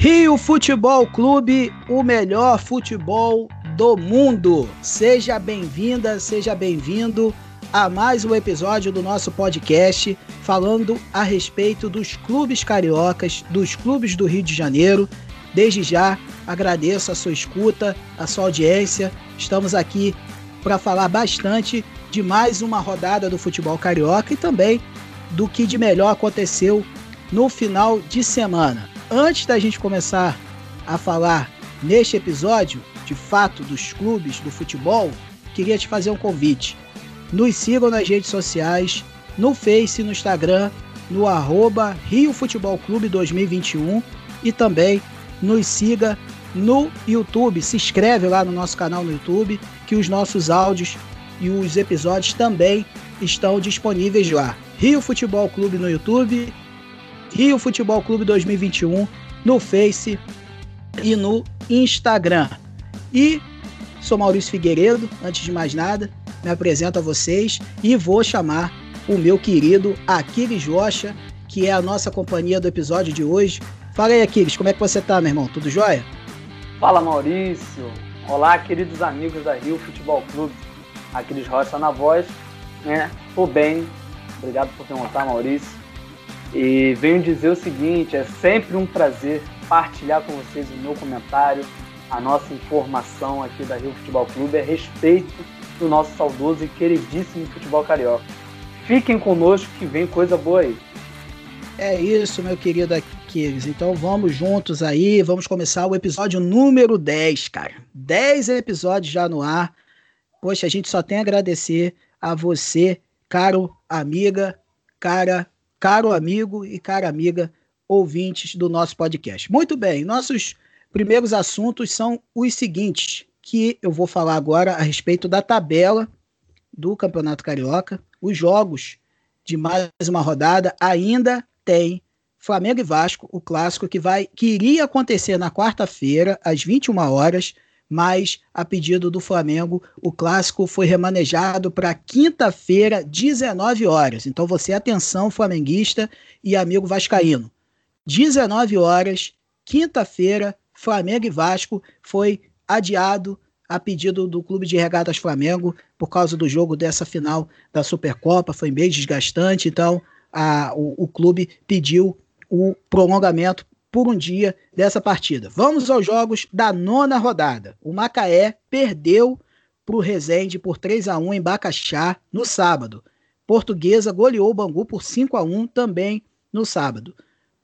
Rio Futebol Clube, o melhor futebol do mundo. Seja bem-vinda, seja bem-vindo a mais um episódio do nosso podcast falando a respeito dos clubes cariocas, dos clubes do Rio de Janeiro. Desde já, agradeço a sua escuta, a sua audiência. Estamos aqui para falar bastante de mais uma rodada do futebol carioca e também do que de melhor aconteceu no final de semana. Antes da gente começar a falar neste episódio, de fato, dos clubes do futebol, queria te fazer um convite. Nos sigam nas redes sociais, no Face, no Instagram, no @Rio Futebol Clube 2021 e também nos siga no YouTube. Se inscreve lá no nosso canal no YouTube, que os nossos áudios e os episódios também estão disponíveis lá. Rio Futebol Clube no YouTube, Rio Futebol Clube 2021 no Face e no Instagram. E sou Maurício Figueiredo, antes de mais nada, me apresento a vocês e vou chamar o meu querido Aquiles Rocha, que é a nossa companhia do episódio de hoje. Fala aí, Aquiles, como é que você tá, meu irmão? Tudo jóia? Fala, Maurício. Olá, queridos amigos da Rio Futebol Clube. Aquiles Rocha na voz, né? Tô bem. Obrigado por perguntar, Maurício. E venho dizer o seguinte, é sempre um prazer partilhar com vocês o meu comentário, a nossa informação aqui da Rio Futebol Clube a respeito do nosso saudoso e queridíssimo futebol carioca. Fiquem conosco que vem coisa boa aí. É isso, meu querido Aquiles. Então vamos juntos aí, vamos começar o episódio número 10, cara. 10 episódios já no ar. Poxa, a gente só tem a agradecer a você, caro amiga, caro amigo e cara amiga ouvintes do nosso podcast. Muito bem, nossos primeiros assuntos são os seguintes, que eu vou falar agora a respeito da tabela do Campeonato Carioca. Os jogos de mais uma rodada ainda tem Flamengo e Vasco, o clássico que iria acontecer na quarta-feira, às 21 horas, mas a pedido do Flamengo, o clássico foi remanejado para quinta-feira, 19 horas. Então você, atenção, flamenguista e amigo vascaíno. 19 horas, quinta-feira, Flamengo e Vasco foi adiado a pedido do Clube de Regatas Flamengo por causa do jogo dessa final da Supercopa. Foi bem desgastante, então o clube pediu o prolongamento por um dia dessa partida. Vamos aos jogos da 9ª rodada. O Macaé perdeu para o Resende por 3-1 em Bacaxá no sábado. Portuguesa goleou o Bangu por 5-1 também no sábado.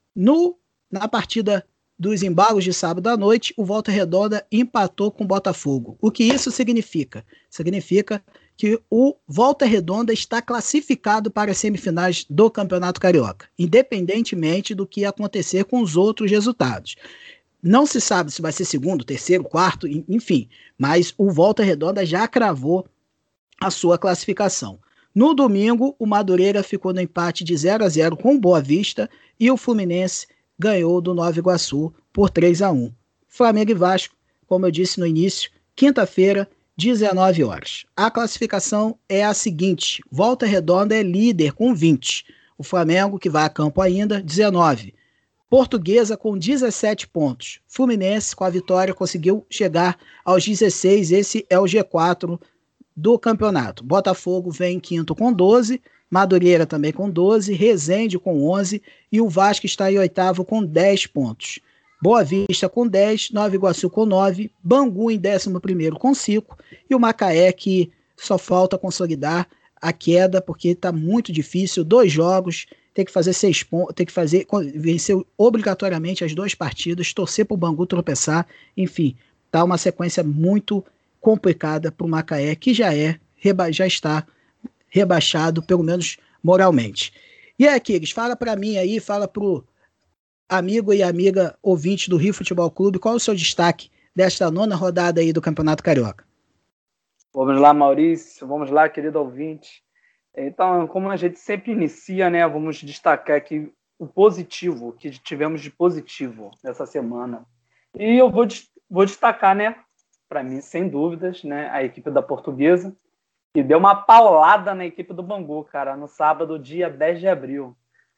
Na partida dos embalos de sábado à noite, o Volta Redonda empatou com o Botafogo. O que isso significa? Significa que o Volta Redonda está classificado para as semifinais do Campeonato Carioca, independentemente do que acontecer com os outros resultados. Não se sabe se vai ser segundo, terceiro, quarto, enfim, mas o Volta Redonda já cravou a sua classificação. No domingo, o Madureira ficou no empate de 0-0 com o Boa Vista e o Fluminense ganhou do Nova Iguaçu por 3-1. Flamengo e Vasco, como eu disse no início, quinta-feira, 19 horas. A classificação é a seguinte: Volta Redonda é líder com 20. O Flamengo, que vai a campo ainda, 19. Portuguesa com 17 pontos. Fluminense, com a vitória, conseguiu chegar aos 16. Esse é o G4 do campeonato. Botafogo vem em quinto com 12. Madureira também com 12. Resende com 11. E o Vasco está em oitavo com 10 pontos. Boa Vista com 10, Nova Iguaçu com 9, Bangu em 11º com 5 e o Macaé, que só falta consolidar a queda porque está muito difícil, 2 jogos, tem que fazer 6 pontos, tem que vencer obrigatoriamente as 2 partidas, torcer para o Bangu tropeçar, enfim, tá uma sequência muito complicada para o Macaé, que já está rebaixado, pelo menos moralmente. E aí, Aquiles, fala para mim aí, fala pro amigo e amiga ouvinte do Rio Futebol Clube, qual é o seu destaque desta 9ª rodada aí do Campeonato Carioca? Vamos lá, Maurício, vamos lá, querido ouvinte. Então, como a gente sempre inicia, né, vamos destacar aqui o positivo, que tivemos de positivo nessa semana. E eu vou destacar, né, para mim, sem dúvidas, né, a equipe da Portuguesa, que deu uma paulada na equipe do Bangu, cara, no sábado, dia 10 de abril.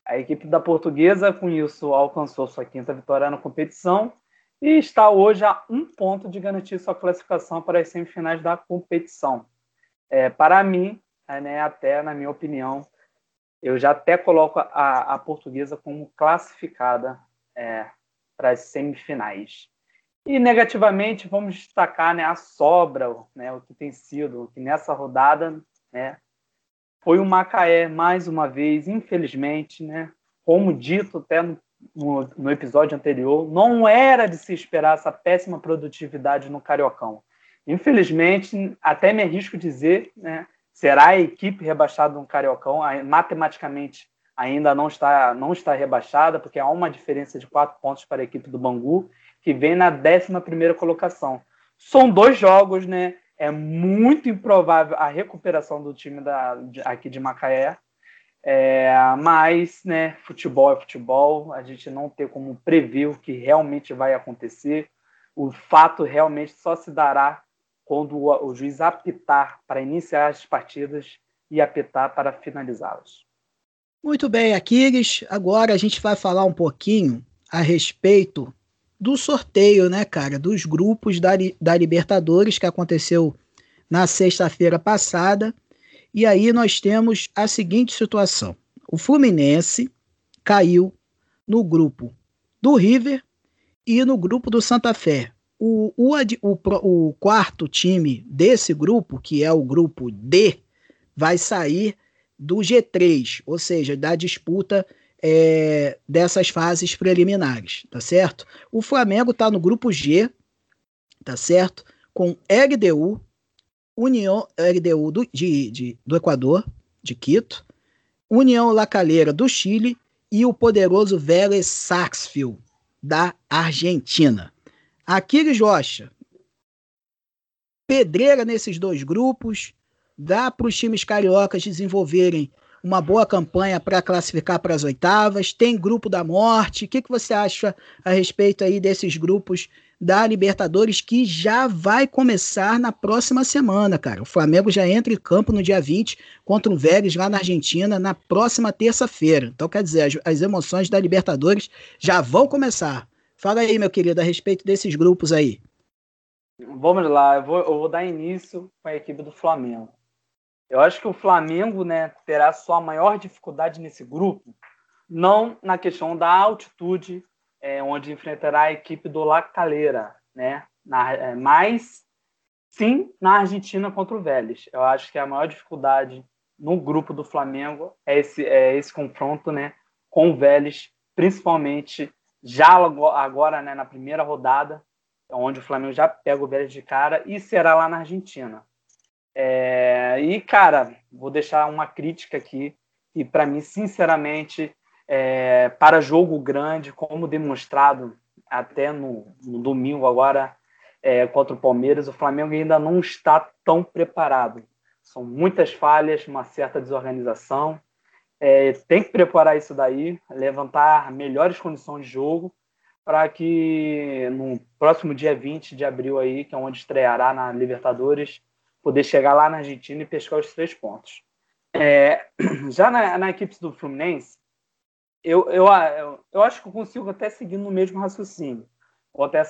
A equipe da Portuguesa, com isso, alcançou sua 5ª vitória na competição e está hoje a 1 ponto de garantir sua classificação para as semifinais da competição. Para mim, né, até na minha opinião, eu já até coloco a Portuguesa como classificada para as semifinais. E negativamente, vamos destacar, né, a sobra, né, o que tem sido, que nessa rodada, né, foi o Macaé, mais uma vez, infelizmente, né, como dito até no episódio anterior, não era de se esperar essa péssima produtividade no Cariocão. Infelizmente, até me arrisco dizer, né, será a equipe rebaixada no Cariocão, matematicamente ainda não está rebaixada, porque há uma diferença de 4 pontos para a equipe do Bangu, que vem na 11ª colocação. São 2 jogos, né? É muito improvável a recuperação do time aqui de Macaé, mas, né, futebol é futebol, a gente não tem como prever o que realmente vai acontecer. O fato realmente só se dará quando o juiz apitar para iniciar as partidas e apitar para finalizá-las. Muito bem, Aquiles. Agora a gente vai falar um pouquinho a respeito do sorteio, né, cara, dos grupos da Libertadores que aconteceu na sexta-feira passada. E aí nós temos a seguinte situação. O Fluminense caiu no grupo do River e no grupo do Santa Fé. O quarto time desse grupo, que é o grupo D, vai sair do G3, ou seja, da disputa dessas fases preliminares, tá certo? O Flamengo tá no grupo G, tá certo? Com LDU, União LDU do Equador, de Quito, União La Calera do Chile e o poderoso Vélez Sarsfield da Argentina. Aquiles Rocha, pedreira nesses 2 grupos, dá para os times cariocas desenvolverem uma boa campanha para classificar para as oitavas, tem grupo da morte. O que você acha a respeito aí desses grupos da Libertadores que já vai começar na próxima semana, cara? O Flamengo já entra em campo no dia 20 contra o Vélez lá na Argentina na próxima terça-feira. Então, quer dizer, as emoções da Libertadores já vão começar. Fala aí, meu querido, a respeito desses grupos aí. Vamos lá, eu vou dar início com a equipe do Flamengo. Eu acho que o Flamengo, né, terá sua maior dificuldade nesse grupo, não na questão da altitude, onde enfrentará a equipe do La Calera, né, mas sim na Argentina contra o Vélez. Eu acho que a maior dificuldade no grupo do Flamengo é esse confronto, né, com o Vélez, principalmente já agora, né, na primeira rodada, onde o Flamengo já pega o Vélez de cara e será lá na Argentina. E, cara, vou deixar uma crítica aqui, e para mim, sinceramente, para jogo grande, como demonstrado até no domingo agora contra o Palmeiras, o Flamengo ainda não está tão preparado. São muitas falhas, uma certa desorganização. Tem que preparar isso daí, levantar melhores condições de jogo, para que no próximo dia 20 de abril, aí, que é onde estreará na Libertadores, poder chegar lá na Argentina e pescar os 3 pontos. Já na equipe do Fluminense, eu acho que eu consigo até seguir no mesmo raciocínio, ou até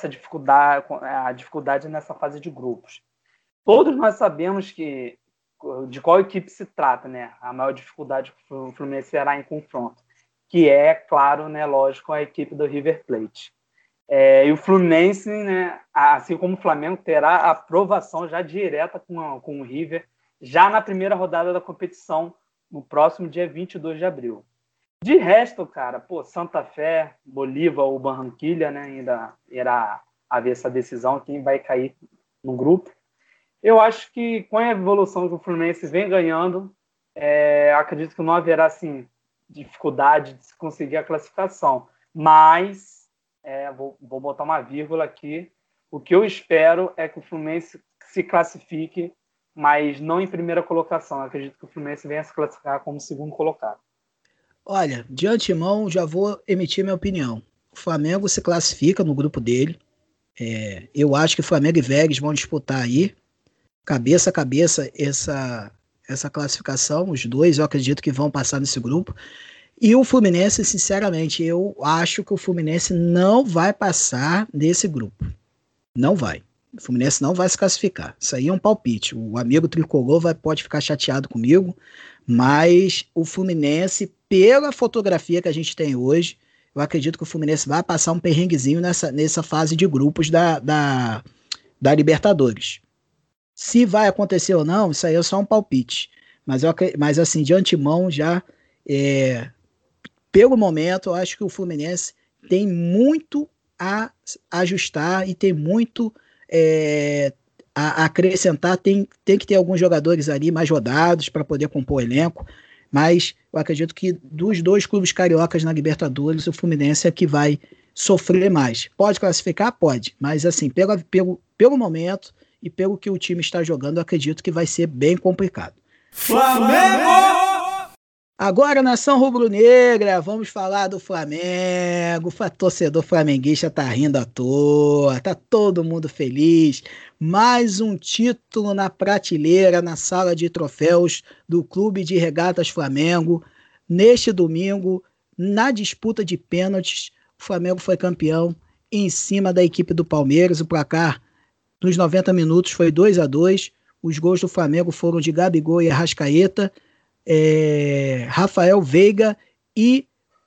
a dificuldade nessa fase de grupos. Todos nós sabemos de qual equipe se trata, né? A maior dificuldade que o Fluminense terá em confronto, que é, claro, né, lógico, a equipe do River Plate. E o Fluminense, né, assim como o Flamengo, terá a aprovação já direta com o River, já na primeira rodada da competição, no próximo dia 22 de abril. De resto, cara, Santa Fé, Bolívar ou Barranquilla, né, ainda irá haver essa decisão, quem vai cair no grupo. Eu acho que com a evolução que o Fluminense vem ganhando, acredito que não haverá, assim, dificuldade de se conseguir a classificação, mas vou botar uma vírgula aqui. O que eu espero é que o Fluminense se classifique, mas não em primeira colocação. Eu acredito que o Fluminense venha se classificar como segundo colocado. Olha, de antemão já vou emitir minha opinião. O Flamengo se classifica no grupo dele. Eu acho que Flamengo e Vélez vão disputar aí, cabeça a cabeça, essa classificação. Os dois eu acredito que vão passar nesse grupo. E o Fluminense, sinceramente, eu acho que o Fluminense não vai passar desse grupo. Não vai. O Fluminense não vai se classificar. Isso aí é um palpite. O amigo tricolor pode ficar chateado comigo, mas o Fluminense, pela fotografia que a gente tem hoje, eu acredito que o Fluminense vai passar um perrenguezinho nessa fase de grupos da Libertadores. Se vai acontecer ou não, isso aí é só um palpite. Mas assim, de antemão, já pelo momento, eu acho que o Fluminense tem muito a ajustar e tem muito a acrescentar. Tem que ter alguns jogadores ali mais rodados para poder compor o elenco, mas eu acredito que dos dois clubes cariocas na Libertadores, o Fluminense é que vai sofrer mais. Pode classificar? Pode, mas assim, pelo momento e pelo que o time está jogando, eu acredito que vai ser bem complicado. Flamengo! Agora, nação rubro-negra, vamos falar do Flamengo. O torcedor flamenguista tá rindo à toa, tá todo mundo feliz. Mais um título na prateleira, na sala de troféus do Clube de Regatas Flamengo. Neste domingo, na disputa de pênaltis, o Flamengo foi campeão em cima da equipe do Palmeiras. O placar nos 90 minutos foi 2-2. Os gols do Flamengo foram de Gabigol e Arrascaeta, Rafael Veiga e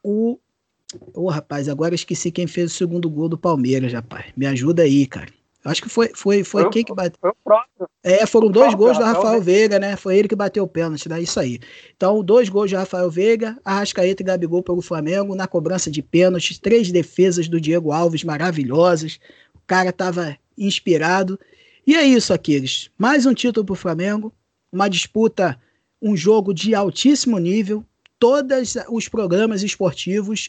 rapaz, agora esqueci quem fez o segundo gol do Palmeiras, rapaz. Me ajuda aí, cara. Acho que foi quem que bateu. Foi o próprio. Foram dois gols do Rafael Veiga, né? Foi ele que bateu o pênalti, né? Isso aí. Então, 2 gols de Rafael Veiga, Arrascaeta e Gabigol pelo Flamengo na cobrança de pênaltis, 3 defesas do Diego Alves maravilhosas. O cara tava inspirado. E é isso, Aquiles. Mais um título pro Flamengo, uma disputa, um jogo de altíssimo nível. Todos os programas esportivos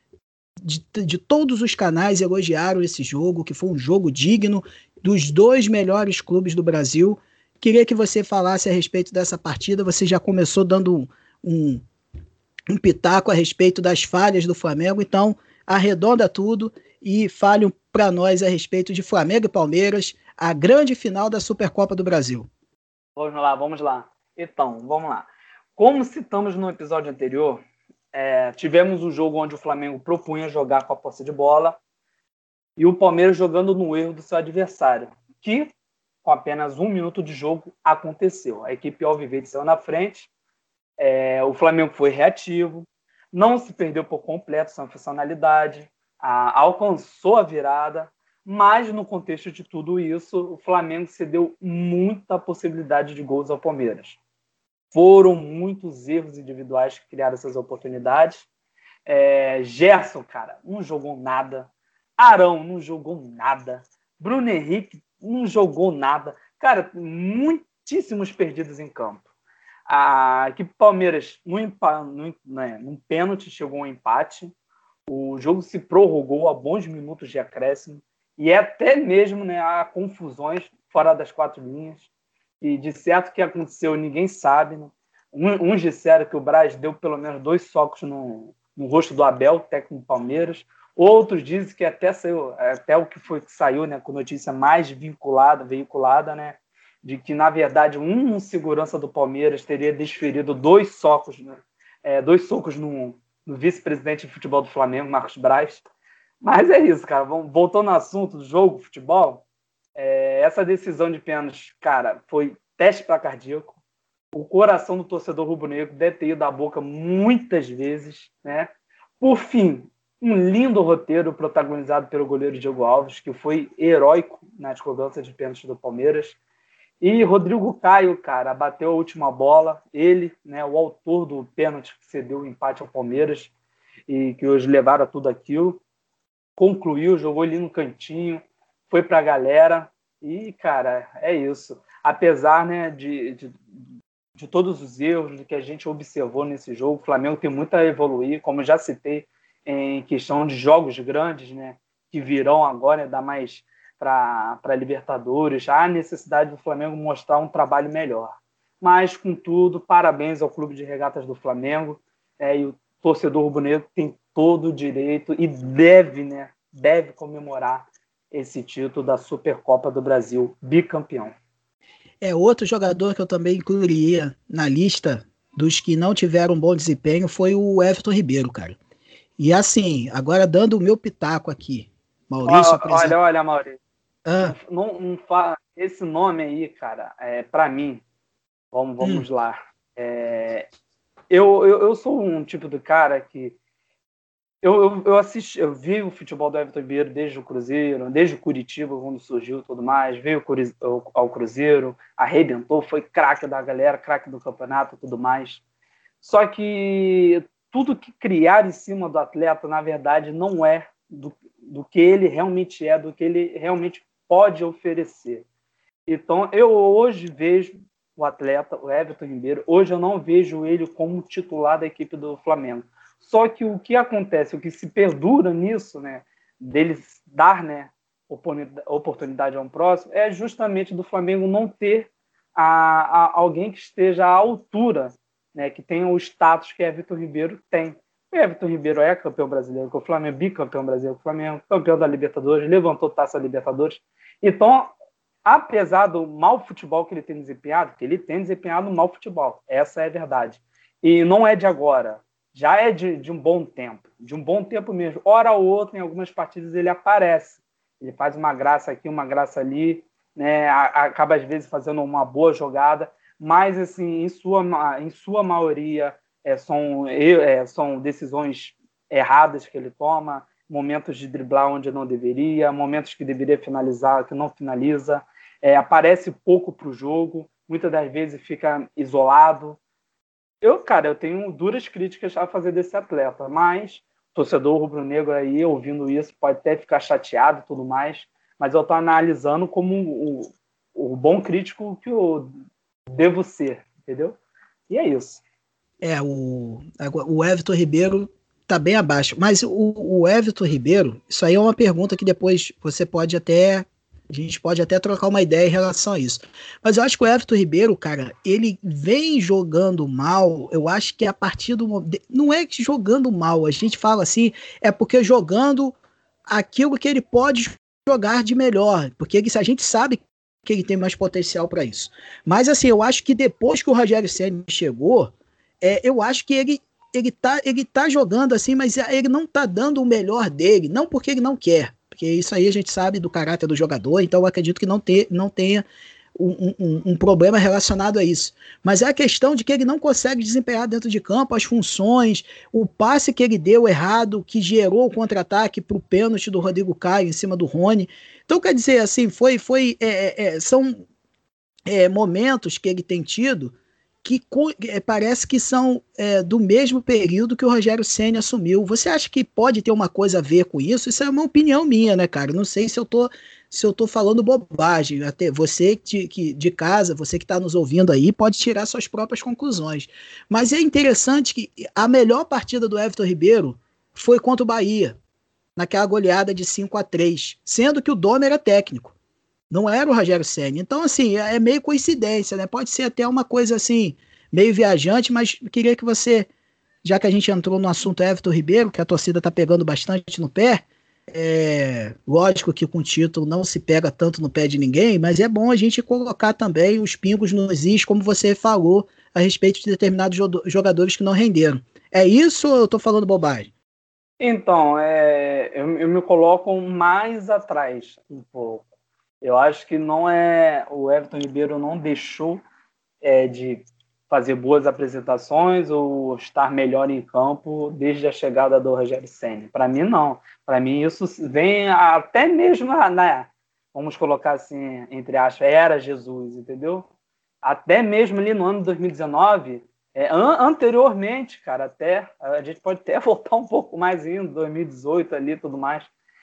de todos os canais elogiaram esse jogo, que foi um jogo digno dos 2 melhores clubes do Brasil. Queria que você falasse a respeito dessa partida. Você já começou dando um pitaco a respeito das falhas do Flamengo, então arredonda tudo e fale para nós a respeito de Flamengo e Palmeiras, a grande final da Supercopa do Brasil. Vamos lá. Então, vamos lá. Como citamos no episódio anterior, tivemos um jogo onde o Flamengo propunha jogar com a posse de bola e o Palmeiras jogando no erro do seu adversário, que com apenas 1 minuto de jogo aconteceu. A equipe alviverde saiu na frente, o Flamengo foi reativo, não se perdeu por completo sua funcionalidade, alcançou a virada, mas no contexto de tudo isso, o Flamengo cedeu muita possibilidade de gols ao Palmeiras. Foram muitos erros individuais que criaram essas oportunidades. Gerson, cara, não jogou nada. Arão não jogou nada. Bruno Henrique não jogou nada. Cara, muitíssimos perdidos em campo. A equipe Palmeiras, num pênalti, chegou um empate. O jogo se prorrogou a bons minutos de acréscimo. E até mesmo, né, há confusões fora das 4 linhas. E de certo que aconteceu, ninguém sabe. Né? Uns disseram que o Braz deu pelo menos 2 socos no rosto do Abel, técnico do Palmeiras. Outros dizem que até o que saiu, né, com notícia mais veiculada, né, de que, na verdade, um segurança do Palmeiras teria desferido 2 socos, né, 2 socos no vice-presidente de futebol do Flamengo, Marcos Braz. Mas é isso, cara. Voltando ao assunto do jogo, futebol, essa decisão de pênalti, cara, foi teste para cardíaco. O coração do torcedor rubro-negro deve ter ido da boca muitas vezes, né? Por fim, um lindo roteiro protagonizado pelo goleiro Diego Alves, que foi heróico nas cobranças de pênalti do Palmeiras. E Rodrigo Caio, cara, bateu a última bola. Ele, né, o autor do pênalti que cedeu o empate ao Palmeiras e que hoje levaram a tudo aquilo. Concluiu, jogou ali no cantinho, foi pra galera e, cara, é isso. Apesar, né, de todos os erros que a gente observou nesse jogo, o Flamengo tem muito a evoluir, como já citei, em questão de jogos grandes, né, que virão agora, ainda mais para Libertadores. Há necessidade do Flamengo mostrar um trabalho melhor. Mas, contudo, parabéns ao Clube de Regatas do Flamengo, e o torcedor rubro-negro tem todo o direito e deve comemorar esse título da Supercopa do Brasil, bicampeão. Outro jogador que eu também incluiria na lista dos que não tiveram um bom desempenho foi o Everton Ribeiro, cara. E assim, agora dando o meu pitaco aqui, Maurício apresenta. Olha, Maurício. Ah, Esse nome aí, cara, para mim, vamos lá. Eu sou um tipo de cara que eu vi o futebol do Everton Ribeiro desde o Cruzeiro, desde o Curitiba, quando surgiu e tudo mais, veio ao Cruzeiro, arrebentou, foi craque da galera, craque do campeonato e tudo mais. Só que tudo que criaram em cima do atleta, na verdade, não é do que ele realmente é, do que ele realmente pode oferecer. Então, eu hoje vejo o atleta, o Everton Ribeiro, hoje eu não vejo ele como titular da equipe do Flamengo. Só que o que acontece, o que se perdura nisso, né, deles dar, né, oportunidade a um próximo, é justamente do Flamengo não ter alguém que esteja à altura, né, que tenha o status que Everton Ribeiro tem. O Everton Ribeiro é campeão brasileiro com o Flamengo, bicampeão brasileiro com o Flamengo, campeão da Libertadores, levantou taça Libertadores. Então, apesar do mau futebol que ele tem desempenhado, que ele tem desempenhado mau futebol, essa é a verdade. E não é de agora, já é de um bom tempo mesmo. Hora ou outra, em algumas partidas, ele aparece. Ele faz uma graça aqui, uma graça ali, né? Acaba, às vezes, fazendo uma boa jogada, mas, assim, em sua maioria, são decisões erradas que ele toma, momentos de driblar onde não deveria, momentos que deveria finalizar, que não finaliza, aparece pouco para o jogo, muitas das vezes fica isolado. Eu tenho duras críticas a fazer desse atleta, mas o torcedor rubro-negro aí, ouvindo isso, pode até ficar chateado e tudo mais, mas eu estou analisando como o bom crítico que eu devo ser, entendeu? E é isso. O Everton Ribeiro tá bem abaixo, mas o Everton Ribeiro, isso aí é uma pergunta que depois você pode até, a gente pode até trocar uma ideia em relação a isso. Mas eu acho que o Everton Ribeiro, cara, ele vem jogando mal, eu acho que a partir do momento, não é que jogando mal, a gente fala assim, é porque jogando aquilo que ele pode jogar de melhor, porque a gente sabe que ele tem mais potencial para isso. Mas assim, eu acho que depois que o Rogério Ceni chegou, eu acho que ele tá jogando assim, mas ele não tá dando o melhor dele, não porque ele não quer, porque isso aí a gente sabe do caráter do jogador, então eu acredito que não tenha um problema relacionado a isso. Mas é a questão de que ele não consegue desempenhar dentro de campo as funções, o passe que ele deu errado, que gerou o contra-ataque para o pênalti do Rodrigo Caio em cima do Rony. Então, quer dizer, assim, são momentos que ele tem tido que parece que são do mesmo período que o Rogério Ceni assumiu. Você acha que pode ter uma coisa a ver com isso? Isso é uma opinião minha, né, cara? Não sei se eu tô falando bobagem. Até você de casa, você que está nos ouvindo aí, pode tirar suas próprias conclusões. Mas é interessante que a melhor partida do Everton Ribeiro foi contra o Bahia, naquela goleada de 5-3, sendo que o dono era técnico. Não era o Rogério Ceni. Então, assim, é meio coincidência, né? Pode ser até uma coisa assim, meio viajante, mas queria que você, já que a gente entrou no assunto Everton Ribeiro, que a torcida tá pegando bastante no pé, lógico que com o título não se pega tanto no pé de ninguém, mas é bom a gente colocar também os pingos nos is, como você falou, a respeito de determinados jogadores que não renderam. É isso ou eu tô falando bobagem? Então, eu me coloco mais atrás um pouco. Eu acho que não o Everton Ribeiro não deixou de fazer boas apresentações ou estar melhor em campo desde a chegada do Rogério Ceni. Para mim, não. Para mim, isso vem até mesmo vamos colocar assim, entre aspas, era Jesus, entendeu? Até mesmo ali no ano de 2019, anteriormente, cara, até a gente pode até voltar um pouco mais indo, 2018 ali e tudo mais.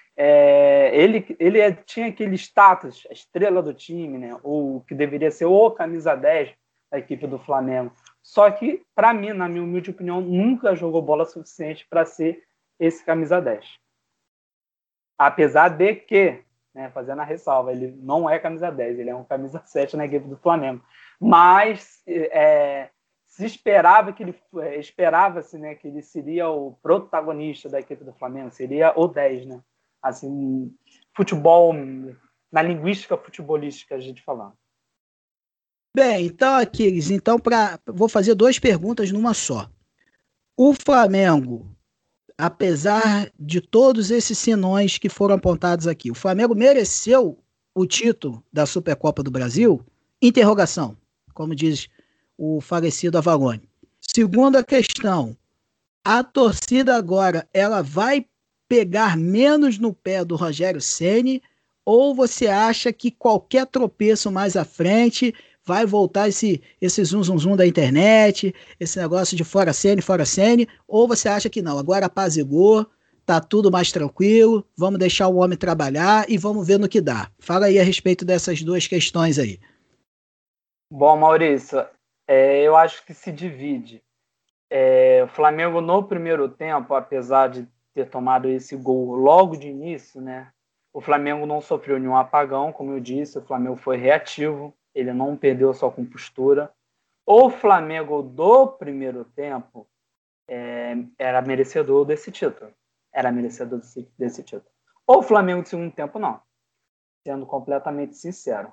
Ele tinha aquele status, a estrela do time, né? O que deveria ser o camisa 10 da equipe do Flamengo. Só que, para mim, na minha humilde opinião, nunca jogou bola suficiente para ser esse camisa 10. Apesar de que, né, fazendo a ressalva, ele não é camisa 10, ele é um camisa 7 na equipe do Flamengo. Mas se esperava que esperava-se, né, que ele seria o protagonista da equipe do Flamengo, seria o 10, né? Assim, futebol, na linguística futebolística, a gente falando. Bem, então, Aquiles, vou fazer duas perguntas numa só. O Flamengo, apesar de todos esses senões que foram apontados aqui, o Flamengo mereceu o título da Supercopa do Brasil? Interrogação, como diz o falecido Avalone. Segunda questão, a torcida agora, ela vai pegar menos no pé do Rogério Ceni ou você acha que qualquer tropeço mais à frente vai voltar esse zum zum zum da internet, esse negócio de fora Ceni, ou você acha que não, agora apazigou, tá tudo mais tranquilo, vamos deixar o homem trabalhar e vamos ver no que dá. Fala aí a respeito dessas duas questões aí. Bom, Maurício, eu acho que se divide. O Flamengo no primeiro tempo, apesar de ter tomado esse gol logo de início, né? O Flamengo não sofreu nenhum apagão, como eu disse, o Flamengo foi reativo, ele não perdeu sua compostura. O Flamengo do primeiro tempo era merecedor desse título. Era merecedor desse título. O Flamengo do segundo tempo, não. Sendo completamente sincero.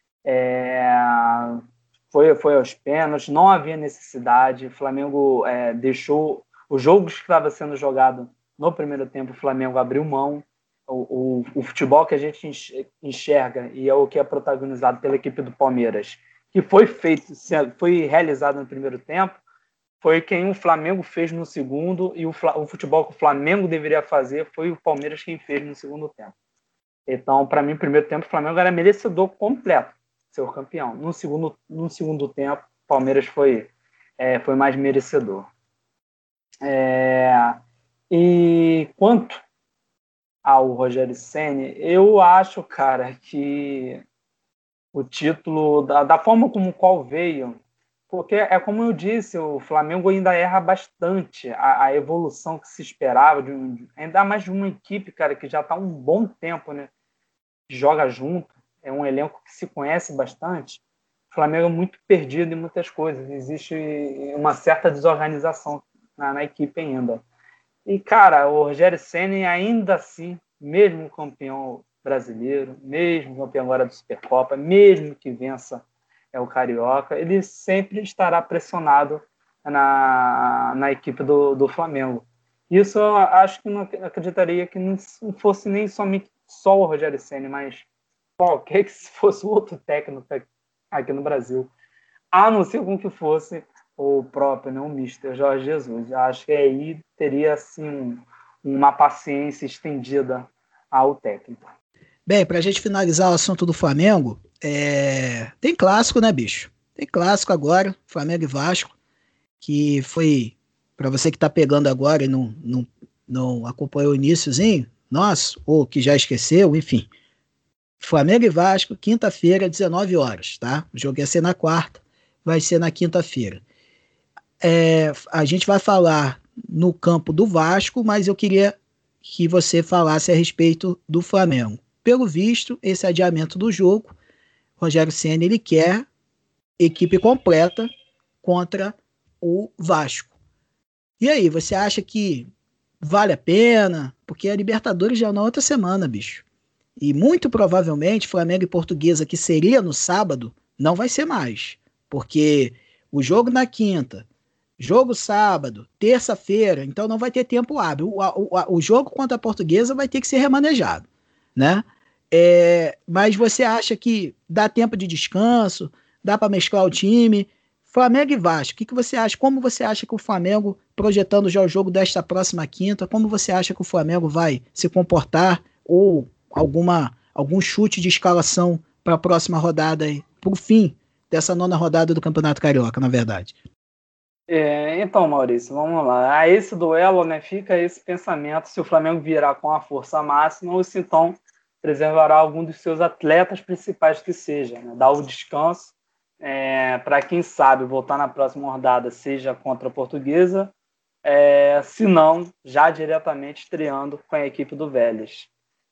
Foi aos pênaltis, não havia necessidade. O Flamengo deixou os jogos que estava sendo jogado no primeiro tempo, o Flamengo abriu mão. O futebol que a gente enxerga e é o que é protagonizado pela equipe do Palmeiras, que foi realizado no primeiro tempo, foi quem o Flamengo fez no segundo, e o futebol que o Flamengo deveria fazer foi o Palmeiras quem fez no segundo tempo. Então, para mim, no primeiro tempo, o Flamengo era merecedor completo ser campeão. No segundo tempo, o Palmeiras foi mais merecedor. E quanto ao Rogério Ceni, eu acho, cara, que o título, da forma como qual veio, porque é como eu disse, o Flamengo ainda erra bastante a evolução que se esperava, ainda mais de uma equipe, cara, que já está há um bom tempo, né? Joga junto, é um elenco que se conhece bastante. O Flamengo é muito perdido em muitas coisas, existe uma certa desorganização na equipe ainda. E, cara, o Rogério Ceni ainda assim, mesmo campeão brasileiro, mesmo campeão agora da Supercopa, mesmo que vença o Carioca, ele sempre estará pressionado na equipe do Flamengo. Isso eu acho que não acreditaria que não fosse nem somente só o Rogério Ceni, mas qualquer que fosse outro técnico aqui no Brasil, a não ser com que fosse o próprio, né, o Mister Jorge Jesus. Eu acho que aí teria assim uma paciência estendida ao técnico. Bem, pra gente finalizar o assunto do Flamengo, tem clássico, né, bicho? Tem clássico agora, Flamengo e Vasco, que foi, pra você que tá pegando agora e não acompanhou o iniciozinho, nossa, ou que já esqueceu, enfim. Flamengo e Vasco, quinta-feira, 19 horas, tá? O jogo ia ser na quarta, vai ser na quinta-feira. A gente vai falar no campo do Vasco, mas eu queria que você falasse a respeito do Flamengo. Pelo visto, esse adiamento do jogo, Rogério Ceni ele quer equipe completa contra o Vasco. E aí, você acha que vale a pena? Porque a Libertadores já é na outra semana, bicho. E muito provavelmente Flamengo e Portuguesa, que seria no sábado, não vai ser mais. Porque o jogo na quinta, jogo sábado, terça-feira, então não vai ter tempo hábil. O jogo contra a Portuguesa vai ter que ser remanejado, né? Mas você acha que dá tempo de descanso, dá para mesclar o time? Flamengo e Vasco, o que você acha? Como você acha que o Flamengo, projetando já o jogo desta próxima quinta, como você acha que o Flamengo vai se comportar? Ou algum chute de escalação para a próxima rodada aí, para o fim dessa nona rodada do Campeonato Carioca, na verdade? Então, Maurício, vamos lá. A esse duelo, né, fica esse pensamento se o Flamengo virar com a força máxima ou se então preservará algum dos seus atletas principais que seja, né? Dar o descanso para quem sabe voltar na próxima rodada, seja contra a Portuguesa, se não, já diretamente estreando com a equipe do Vélez.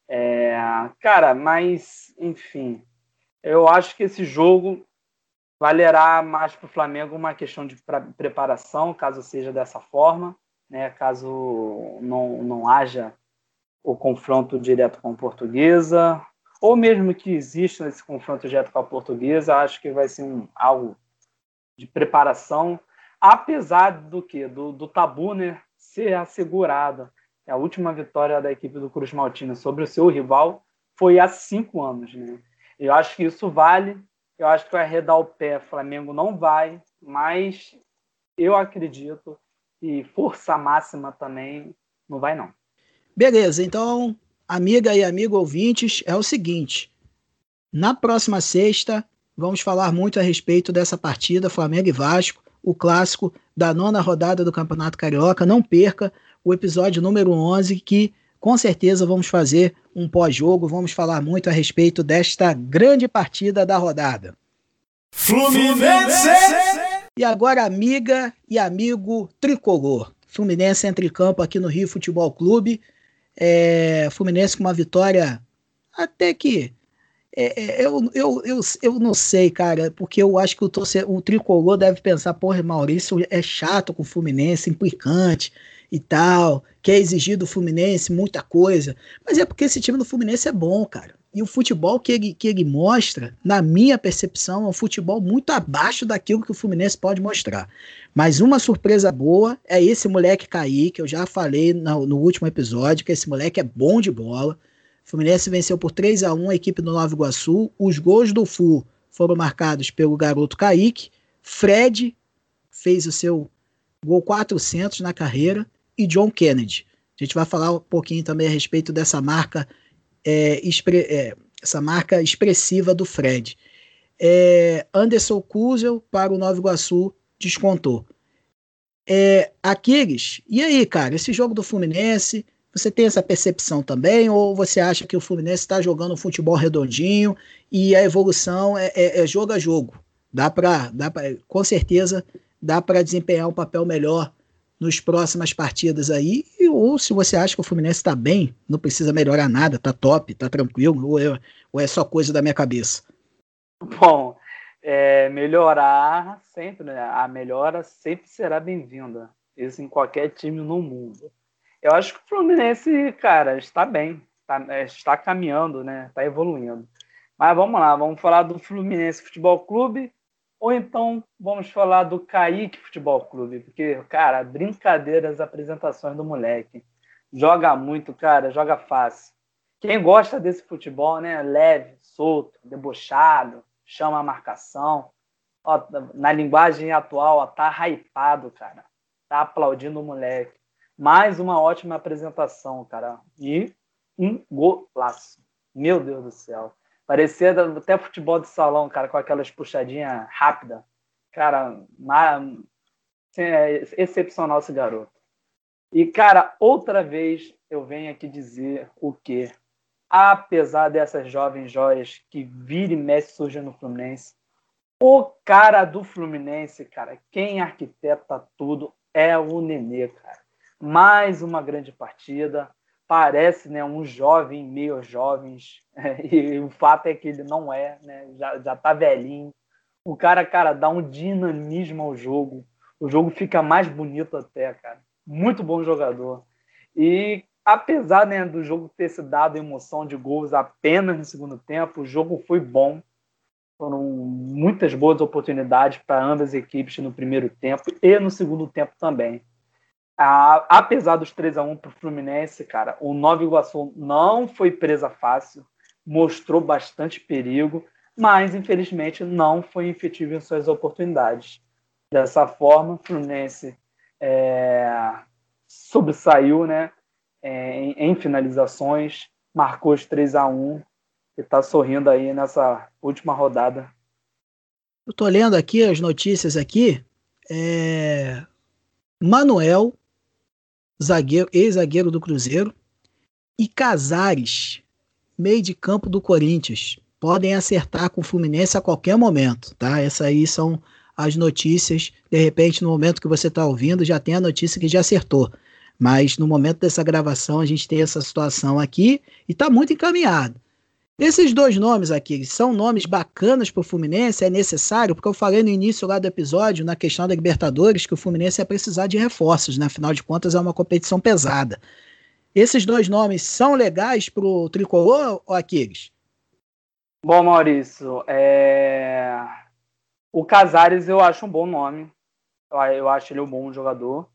Cara, mas enfim, eu acho que esse jogo valerá mais para o Flamengo uma questão de preparação, caso seja dessa forma, né? Caso não haja o confronto direto com a Portuguesa, ou mesmo que exista esse confronto direto com a Portuguesa, acho que vai ser algo de preparação, apesar do tabu, né, ser assegurado. A última vitória da equipe do Cruz Maltina sobre o seu rival foi há 5 anos. Né? Eu acho que isso vale, eu acho que vai arredar o pé, Flamengo não vai, mas eu acredito que força máxima também não vai não. Beleza, então, amiga e amigo ouvintes, é o seguinte, na próxima sexta, vamos falar muito a respeito dessa partida, Flamengo e Vasco, o clássico da 9ª rodada do Campeonato Carioca. Não perca o episódio número 11, que com certeza vamos fazer um pós-jogo, vamos falar muito a respeito desta grande partida da rodada. Fluminense! E agora, amiga e amigo tricolor. Fluminense entra em campo aqui no Rio Futebol Clube. Fluminense com uma vitória até que... Eu não sei, cara, porque eu acho que o tricolor deve pensar, porra, Maurício é chato com o Fluminense, implicante e tal, quer exigir do Fluminense muita coisa, mas é porque esse time do Fluminense é bom, cara, e o futebol que ele mostra, na minha percepção, é um futebol muito abaixo daquilo que o Fluminense pode mostrar, mas uma surpresa boa é esse moleque Kaique, eu já falei no último episódio, que esse moleque é bom de bola. O Fluminense venceu por 3-1 a equipe do Nova Iguaçu. Os gols do Flu foram marcados pelo garoto Kaique. Fred fez o seu gol 400 na carreira. E John Kennedy. A gente vai falar um pouquinho também a respeito dessa marca, essa marca expressiva do Fred. Anderson Kuzel para o Nova Iguaçu descontou. Aquiles, e aí, cara, esse jogo do Fluminense... Você tem essa percepção também, ou você acha que o Fluminense está jogando um futebol redondinho e a evolução é jogo a jogo? Com certeza dá para desempenhar um papel melhor nas próximas partidas aí, ou se você acha que o Fluminense está bem, não precisa melhorar nada, tá top, tá tranquilo, ou é só coisa da minha cabeça? Bom, melhorar sempre, né? A melhora sempre será bem-vinda, isso em qualquer time no mundo. Eu acho que o Fluminense, cara, está bem, está caminhando, né? Está evoluindo. Mas vamos lá, vamos falar do Fluminense Futebol Clube ou então vamos falar do Kaique Futebol Clube, porque, cara, brincadeira as apresentações do moleque. Joga muito, cara, joga fácil. Quem gosta desse futebol, né? Leve, solto, debochado, chama a marcação. Ó, na linguagem atual, ó, tá hypado, cara. Tá aplaudindo o moleque. Mais uma ótima apresentação, cara. E um golaço. Meu Deus do céu. Parecia até futebol de salão, cara, com aquelas puxadinhas rápidas. Cara, excepcional esse garoto. E, cara, outra vez eu venho aqui dizer o quê? Apesar dessas jovens joias que vira e mexe surgem no Fluminense, o cara do Fluminense, cara, quem arquiteta tudo é o Nenê, cara. Mais uma grande partida, parece, né, um jovem meio jovens, e o fato é que ele não é, né, já tá velhinho. O cara, dá um dinamismo ao jogo, o jogo fica mais bonito até, cara. Muito bom jogador. E apesar, né, do jogo ter se dado emoção de gols apenas no segundo tempo, o jogo foi bom. Foram muitas boas oportunidades para ambas as equipes no primeiro tempo e no segundo tempo também. Apesar dos 3-1 para o Fluminense, cara, o Nova Iguaçu não foi presa fácil, mostrou bastante perigo, mas infelizmente não foi efetivo em suas oportunidades. Dessa forma, o Fluminense sobressaiu, né, em finalizações, marcou os 3-1 e está sorrindo aí nessa última rodada. Eu tô lendo aqui as notícias aqui. Manuel, ex-zagueiro do Cruzeiro, e Casares, meio de campo do Corinthians, podem acertar com o Fluminense a qualquer momento, tá? Essas aí são as notícias. De repente, no momento que você está ouvindo, já tem a notícia que já acertou. Mas no momento dessa gravação, a gente tem essa situação aqui e está muito encaminhado. Esses dois nomes aqui são nomes bacanas para o Fluminense, é necessário, porque eu falei no início lá do episódio, na questão da Libertadores, que o Fluminense ia precisar de reforços, né? Afinal de contas é uma competição pesada. Esses dois nomes são legais para o tricolor ou Aquiles? Bom, Maurício, o Casares eu acho um bom nome. Eu acho ele um bom jogador.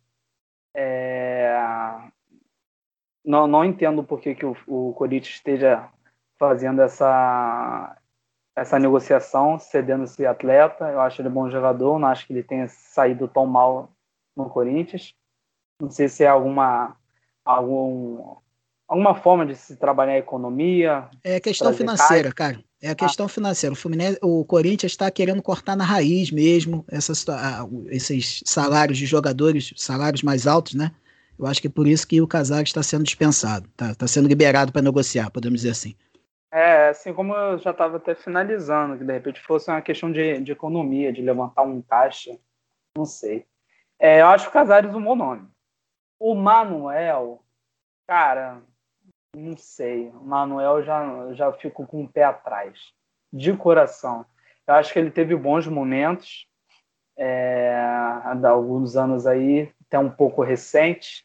Não entendo por que o Corinthians esteja fazendo essa negociação, cedendo esse atleta. Eu acho ele um bom jogador, não acho que ele tenha saído tão mal no Corinthians. Não sei se é alguma forma de se trabalhar a economia. É questão financeira, cara. É a questão financeira. O Corinthians está querendo cortar na raiz mesmo esses salários de jogadores, salários mais altos, né? Eu acho que é por isso que o Casares está sendo dispensado, tá sendo liberado para negociar, podemos dizer assim. Assim como eu já estava até finalizando, que de repente fosse uma questão de economia, de levantar um caixa, não sei. Eu acho o Casares um bom nome. O Manuel, cara, não sei. O Manuel já fico com o pé atrás, de coração. Eu acho que ele teve bons momentos, há alguns anos aí, até um pouco recente.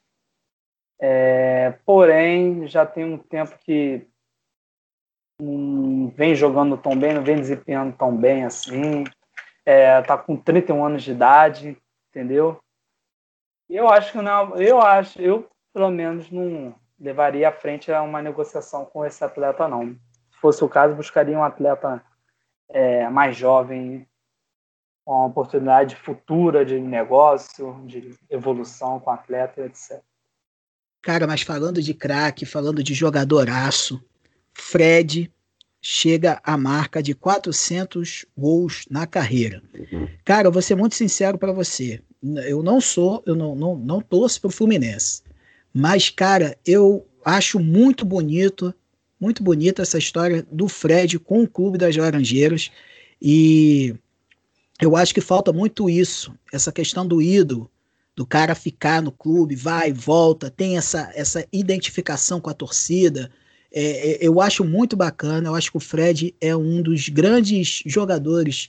Porém, já tem um tempo que não vem jogando tão bem, não vem desempenhando tão bem assim. Tá com 31 anos de idade, entendeu? Eu acho que não. Eu pelo menos não levaria à frente a uma negociação com esse atleta, não. Se fosse o caso, buscaria um atleta mais jovem, com uma oportunidade futura de negócio, de evolução com o atleta, etc. Cara, mas falando de craque, falando de jogadoraço, Fred chega à marca de 400 gols na carreira. Cara, eu vou ser muito sincero para você. Eu não torço pro Fluminense. Mas, cara, eu acho muito bonita essa história do Fred com o Clube das Laranjeiras. E eu acho que falta muito isso, essa questão do ídolo, do cara ficar no clube, vai, volta, tem essa identificação com a torcida. Eu acho muito bacana, eu acho que o Fred é um dos grandes jogadores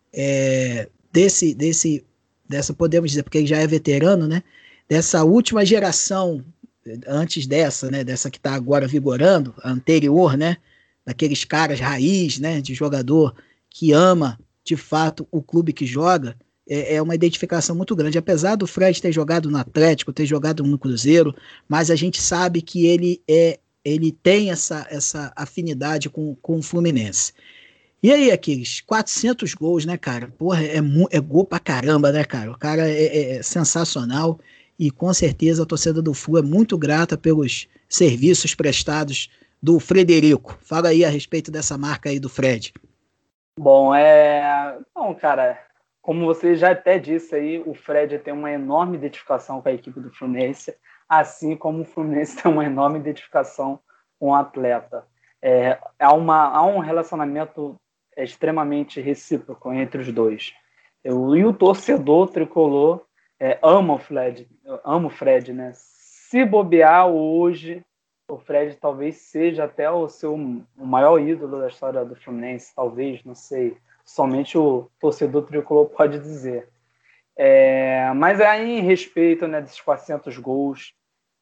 dessa, podemos dizer, porque ele já é veterano, né? Dessa última geração, antes dessa, né? Dessa que está agora vigorando, a anterior, né? Daqueles caras raiz, né? De jogador que ama, de fato, o clube que joga. É uma identificação muito grande. Apesar do Fred ter jogado no Atlético, ter jogado no Cruzeiro, mas a gente sabe que ele tem essa afinidade com o Fluminense. E aí, Aquiles, 400 gols, né, cara? Porra, é gol pra caramba, né, cara? O cara é sensacional e com certeza a torcida do Flu é muito grata pelos serviços prestados do Frederico. Fala aí a respeito dessa marca aí do Fred. Bom, não, cara, como você já até disse aí, o Fred tem uma enorme identificação com a equipe do Fluminense, assim como o Fluminense tem uma enorme identificação com o atleta. Há um relacionamento extremamente recíproco entre os dois. E o torcedor tricolor ama o Fred, né? Se bobear hoje, o Fred talvez seja até o maior ídolo da história do Fluminense, talvez, não sei. Somente o torcedor tricolor pode dizer. Mas aí, em respeito, né, desses 400 gols,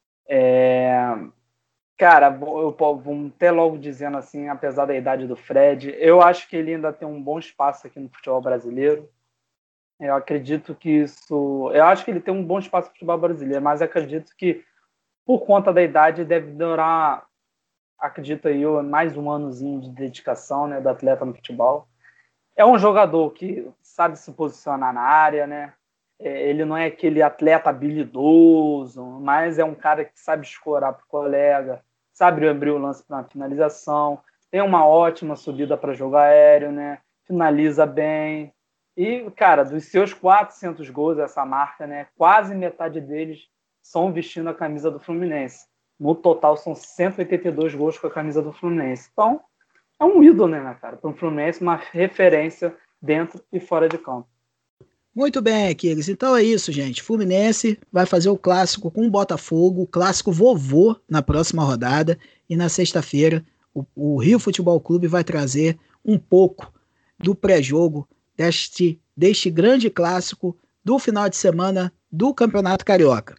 cara, vou até logo dizendo assim, apesar da idade do Fred, eu acho que ele ainda tem um bom espaço aqui no futebol brasileiro. Eu acredito que eu acho que ele tem um bom espaço no futebol brasileiro, mas acredito que, por conta da idade, deve durar, acredito eu, mais um anozinho de dedicação, né, do atleta no futebol. É um jogador que sabe se posicionar na área, né? Ele não é aquele atleta habilidoso, mas é um cara que sabe escorar para o colega, sabe abrir o lance para uma finalização, tem uma ótima subida para jogo aéreo, né? Finaliza bem. E, cara, dos seus 400 gols, essa marca, né? Quase metade deles são vestindo a camisa do Fluminense. No total, são 182 gols com a camisa do Fluminense. Então, é um ídolo, né, cara? Para o Fluminense, uma referência dentro e fora de campo. Muito bem, Aquiles. Então é isso, gente. Fluminense vai fazer o clássico com o Botafogo, o clássico vovô na próxima rodada. E na sexta-feira, o Rio Futebol Clube vai trazer um pouco do pré-jogo deste grande clássico do final de semana do Campeonato Carioca.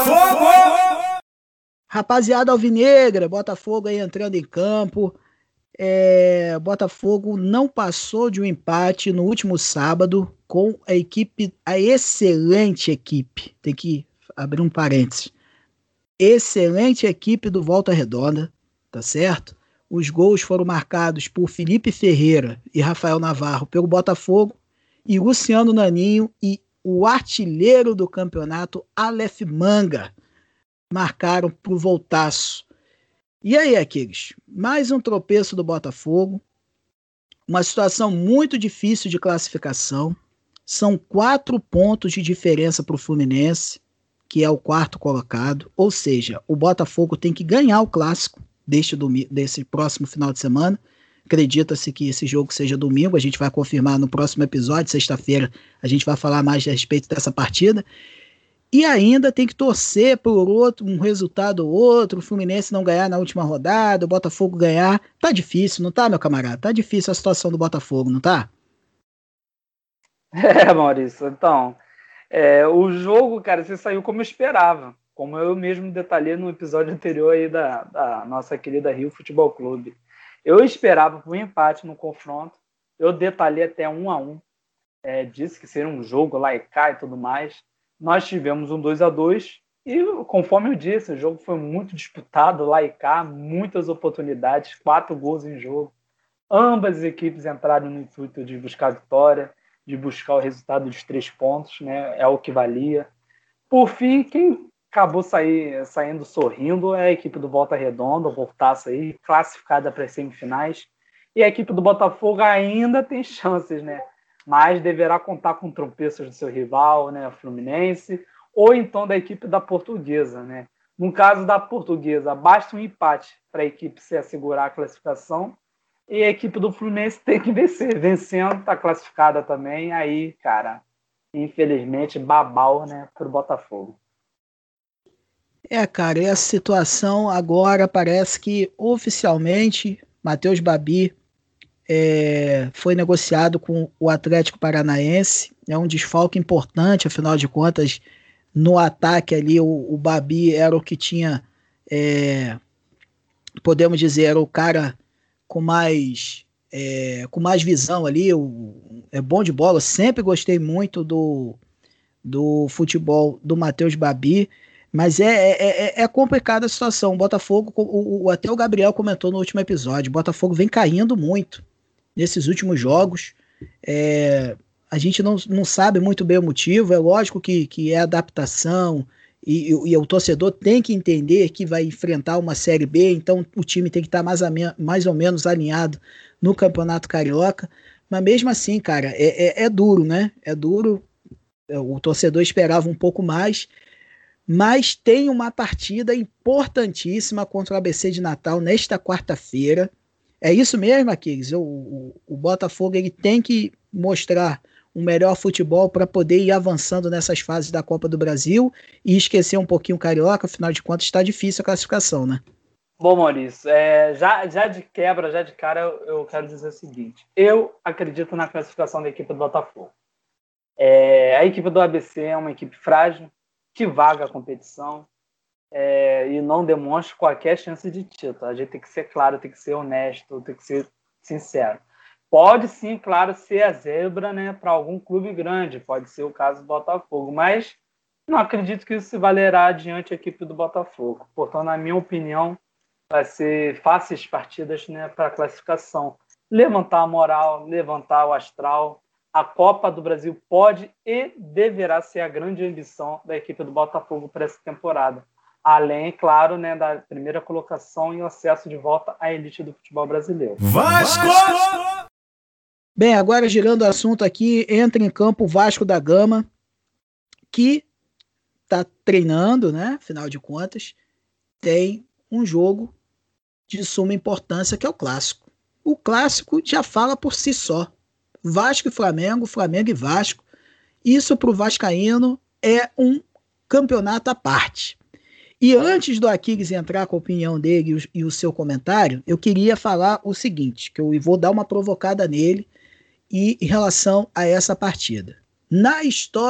Botafogo! Rapaziada alvinegra, Botafogo aí entrando em campo. Botafogo não passou de um empate no último sábado com a excelente equipe, tem que abrir um parênteses, excelente equipe do Volta Redonda, tá certo? Os gols foram marcados por Felipe Ferreira e Rafael Navarro pelo Botafogo, e Luciano Naninho e o artilheiro do campeonato, Aleph Manga, marcaram pro Voltaço. E aí, Aquiles? Mais um tropeço do Botafogo, uma situação muito difícil de classificação, são 4 pontos de diferença para o Fluminense, que é o 4º colocado, ou seja, o Botafogo tem que ganhar o clássico desse próximo final de semana. Acredita-se que esse jogo seja domingo, a gente vai confirmar no próximo episódio, sexta-feira a gente vai falar mais a respeito dessa partida, e ainda tem que torcer por um resultado ou outro, o Fluminense não ganhar na última rodada, o Botafogo ganhar. Tá difícil, não tá, meu camarada? Tá difícil a situação do Botafogo, não tá? Maurício, então, o jogo, cara, você saiu como eu esperava, como eu mesmo detalhei no episódio anterior aí da nossa querida Rio Futebol Clube. Eu esperava um empate no confronto, eu detalhei até 1-1, disse que seria um jogo lá e cá e tudo mais. Nós tivemos um 2-2 e, conforme eu disse, o jogo foi muito disputado lá e cá, muitas oportunidades, 4 gols em jogo. Ambas as equipes entraram no intuito de buscar a vitória, de buscar o resultado dos 3 pontos, né? É o que valia. Por fim, quem acabou saindo sorrindo é a equipe do Volta Redonda, o Voltaço aí, classificada para as semifinais. E a equipe do Botafogo ainda tem chances, né? Mas deverá contar com tropeços do seu rival, né, Fluminense, ou então da equipe da Portuguesa, né? No caso da Portuguesa, basta um empate para a equipe se assegurar a classificação, e a equipe do Fluminense tem que vencer. Vencendo, está classificada também, aí, cara, infelizmente, babau, né, para o Botafogo. Cara, e a situação agora parece que oficialmente Matheus Babi foi negociado com o Atlético Paranaense, é um desfalque importante, afinal de contas, no ataque ali o Babi era o que tinha, podemos dizer, era o cara com mais visão ali, é bom de bola, sempre gostei muito do futebol do Matheus Babi, mas é complicada a situação. O Botafogo, até o Gabriel comentou no último episódio, o Botafogo vem caindo muito nesses últimos jogos. A gente não sabe muito bem o motivo, é lógico que é adaptação, e o torcedor tem que entender que vai enfrentar uma Série B, então o time tem que estar mais ou menos alinhado no Campeonato Carioca, mas mesmo assim, cara, é duro, né? É duro, o torcedor esperava um pouco mais, mas tem uma partida importantíssima contra o ABC de Natal nesta quarta-feira. É isso mesmo, Aquiles? O Botafogo ele tem que mostrar um melhor futebol para poder ir avançando nessas fases da Copa do Brasil e esquecer um pouquinho o Carioca, afinal de contas está difícil a classificação, né? Bom, Maurício, já de cara, eu quero dizer o seguinte, eu acredito na classificação da equipe do Botafogo. A equipe do ABC é uma equipe frágil, que vaga a competição, e não demonstra qualquer chance de título. A gente tem que ser claro, tem que ser honesto, tem que ser sincero. Pode sim, claro, ser a zebra, né, para algum clube grande, pode ser o caso do Botafogo, mas não acredito que isso se valerá diante da equipe do Botafogo. Portanto, na minha opinião, vai ser fáceis partidas, né, para a classificação. Levantar a moral, levantar o astral. A Copa do Brasil pode e deverá ser a grande ambição da equipe do Botafogo para essa temporada. Além, claro, né, da primeira colocação e o acesso de volta à elite do futebol brasileiro. Vasco! Bem, agora girando o assunto aqui, entra em campo o Vasco da Gama, que está treinando, né? Afinal de contas, tem um jogo de suma importância que é o Clássico. O Clássico já fala por si só. Vasco e Flamengo, Flamengo e Vasco. Isso para o vascaíno é um campeonato à parte. E antes do Aquiles entrar com a opinião dele e o seu comentário, eu queria falar o seguinte, que eu vou dar uma provocada nele em relação a essa partida. Nas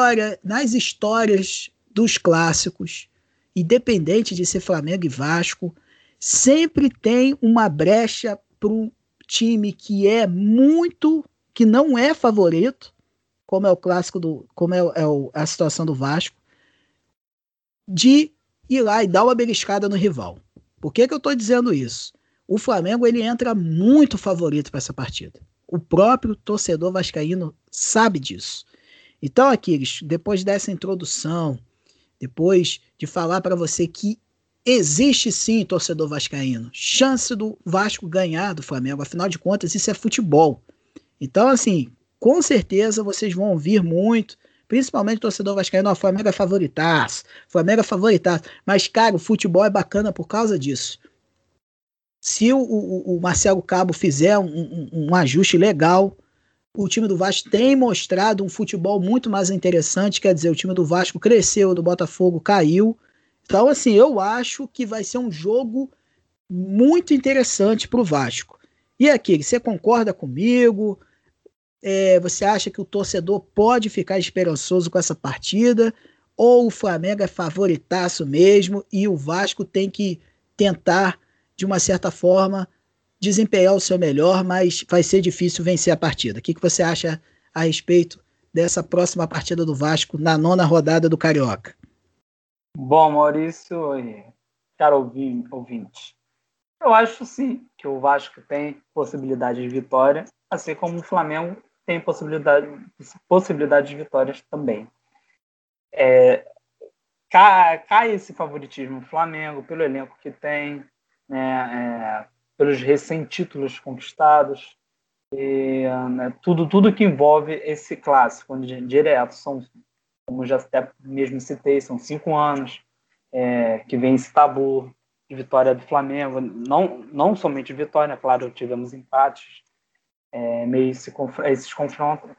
histórias dos clássicos, independente de ser Flamengo e Vasco, sempre tem uma brecha para um time que que não é favorito, como é o clássico como a situação do Vasco, de ir lá e dar uma beliscada no rival. Por que eu estou dizendo isso? O Flamengo ele entra muito favorito para essa partida. O próprio torcedor vascaíno sabe disso. Então, Aquiles, depois dessa introdução, depois de falar para você que existe sim, torcedor vascaíno, chance do Vasco ganhar do Flamengo, afinal de contas, isso é futebol. Então, assim, com certeza vocês vão ouvir muito, principalmente o torcedor vascaíno, o Flamengo é favoritaço, mas, cara, o futebol é bacana por causa disso. Se o Marcelo Cabo fizer um ajuste legal, o time do Vasco tem mostrado um futebol muito mais interessante, quer dizer, o time do Vasco cresceu, do Botafogo caiu. Então, assim, eu acho que vai ser um jogo muito interessante para o Vasco. E aqui, você concorda comigo? Você acha que o torcedor pode ficar esperançoso com essa partida? Ou o Flamengo é favoritaço mesmo e o Vasco tem que tentar, de uma certa forma, desempenhar o seu melhor, mas vai ser difícil vencer a partida? O que você acha a respeito dessa próxima partida do Vasco na 9ª rodada do Carioca? Bom, Maurício e caro ouvinte, eu acho sim que o Vasco tem possibilidade de vitória, assim como o Flamengo tem possibilidade de vitórias também. Cai esse favoritismo do Flamengo pelo elenco que tem, né, pelos recém-títulos conquistados, e, né, tudo que envolve esse clássico, onde direto são, como já até mesmo citei, são 5 anos que vem esse tabu de vitória do Flamengo, não somente vitória, claro, tivemos empates, meio esses confrontos.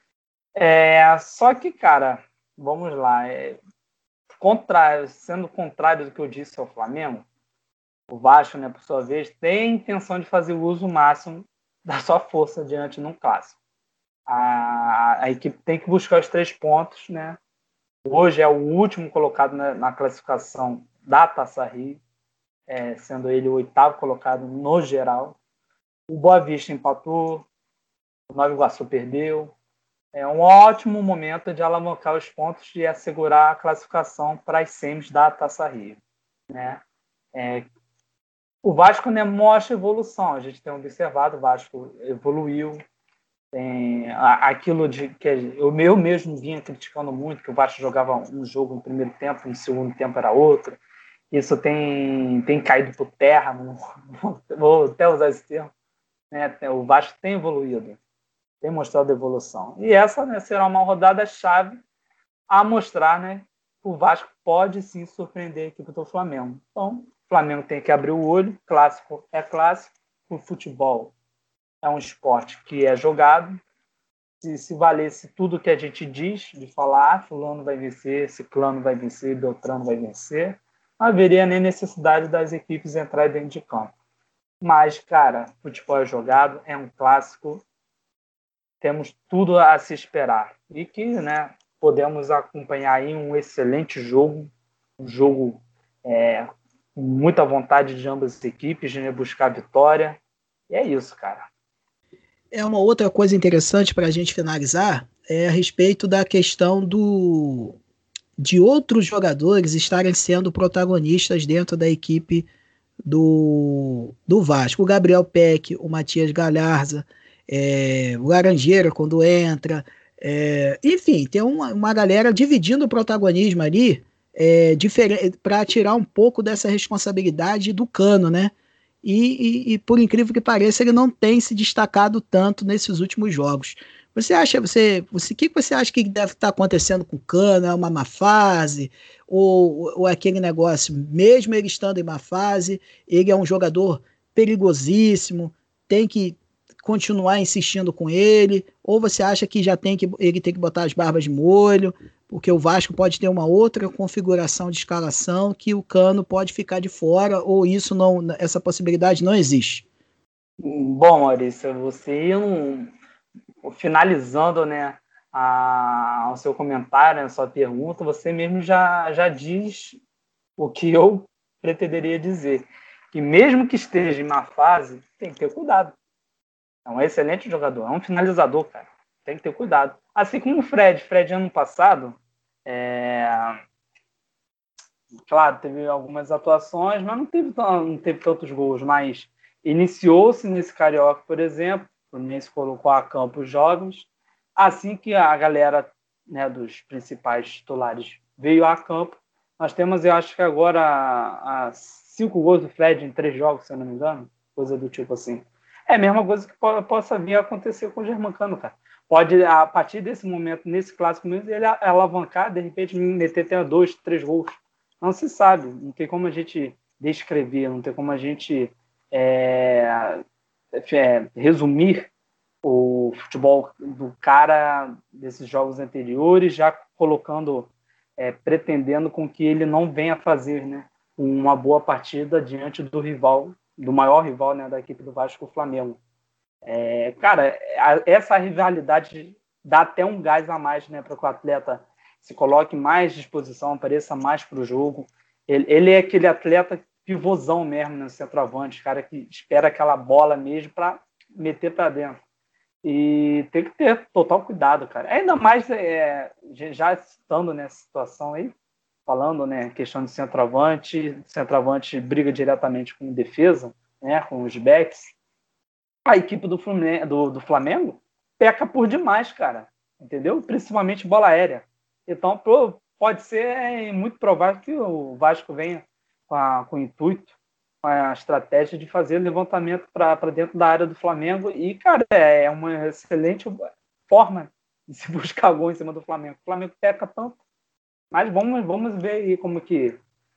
Só que, cara, vamos lá, sendo contrário do que eu disse ao Flamengo, o Vasco, né, por sua vez, tem a intenção de fazer o uso máximo da sua força diante de um clássico. A equipe tem que buscar os 3 pontos, né? Hoje é o último colocado na classificação da Taça Rio, sendo ele o 8º colocado no geral. O Boa Vista empatou, o Nova Iguaçu perdeu. É um ótimo momento de alavancar os pontos e assegurar a classificação para as semis da Taça Rio, né? O Vasco, né, mostra evolução. A gente tem observado, o Vasco evoluiu. Tem aquilo que eu mesmo vinha criticando muito, que o Vasco jogava um jogo no primeiro tempo, no segundo tempo era outro. Isso tem caído por terra, vou até usar esse termo, né? O Vasco tem evoluído, tem mostrado evolução. E essa, né, será uma rodada-chave a mostrar, né, que o Vasco pode sim surpreender a equipe do Flamengo. Então, o Flamengo tem que abrir o olho, clássico é clássico, o futebol é um esporte que é jogado. Se valesse tudo que a gente diz, de falar, fulano vai vencer, ciclano vai vencer, beltrano vai vencer, não haveria nem necessidade das equipes entrarem dentro de campo. Mas, cara, futebol é jogado, é um clássico, temos tudo a se esperar. E que, né, podemos acompanhar aí um excelente jogo, um jogo com muita vontade de ambas as equipes, né, buscar a vitória. E é isso, cara. Uma outra coisa interessante para a gente finalizar a respeito da questão de outros jogadores estarem sendo protagonistas dentro da equipe do Vasco. O Gabriel Peck, o Matias Galharza, o Laranjeira quando entra, enfim, tem uma galera dividindo o protagonismo ali para tirar um pouco dessa responsabilidade do Cano, né? E por incrível que pareça, ele não tem se destacado tanto nesses últimos jogos. O que você acha que deve estar acontecendo com o Cano? É uma má fase? Ou aquele negócio, mesmo ele estando em má fase, ele é um jogador perigosíssimo, tem que continuar insistindo com ele? Ou você acha que ele tem que botar as barbas de molho, porque o Vasco pode ter uma outra configuração de escalação que o Cano pode ficar de fora, ou essa possibilidade não existe? Bom, Maurício, você finalizando, né, o seu comentário, a sua pergunta, você mesmo já diz o que eu pretenderia dizer, que mesmo que esteja em má fase, tem que ter cuidado. É um excelente jogador, é um finalizador, cara. Tem que ter cuidado. Assim como o Fred. Fred, ano passado, claro, teve algumas atuações, mas não teve tantos gols. Mas iniciou-se nesse Carioca, por exemplo. O Fluminense colocou a campo os jogos. Assim que a galera, né, dos principais titulares veio a campo, nós temos, eu acho que agora, 5 gols do Fred em 3 jogos, se eu não me engano. Coisa do tipo assim. É a mesma coisa que possa vir a acontecer com o Germancano, cara. Pode, a partir desse momento, nesse clássico mesmo, ele alavancar, de repente, meter até 2, 3 gols. Não se sabe, não tem como a gente descrever, não tem como a gente resumir o futebol do cara desses jogos anteriores, já colocando, pretendendo com que ele não venha fazer, né, uma boa partida diante do rival, do maior rival, né, da equipe do Vasco, o Flamengo. Cara, essa rivalidade dá até um gás a mais, né, para que o atleta se coloque mais disposição, apareça mais para o jogo. Ele é aquele atleta pivôzão mesmo, né, centroavante, cara que espera aquela bola mesmo para meter para dentro. E tem que ter total cuidado, cara. Ainda mais, já citando nessa situação aí, falando, né, questão de centroavante briga diretamente com defesa, né, com os backs. A equipe do Flamengo peca por demais, cara, entendeu? Principalmente bola aérea. Então, pode ser muito provável que o Vasco venha com o intuito, com a estratégia de fazer levantamento para dentro da área do Flamengo. E, cara, é uma excelente forma de se buscar gol em cima do Flamengo. O Flamengo peca tanto. Mas vamos ver aí como que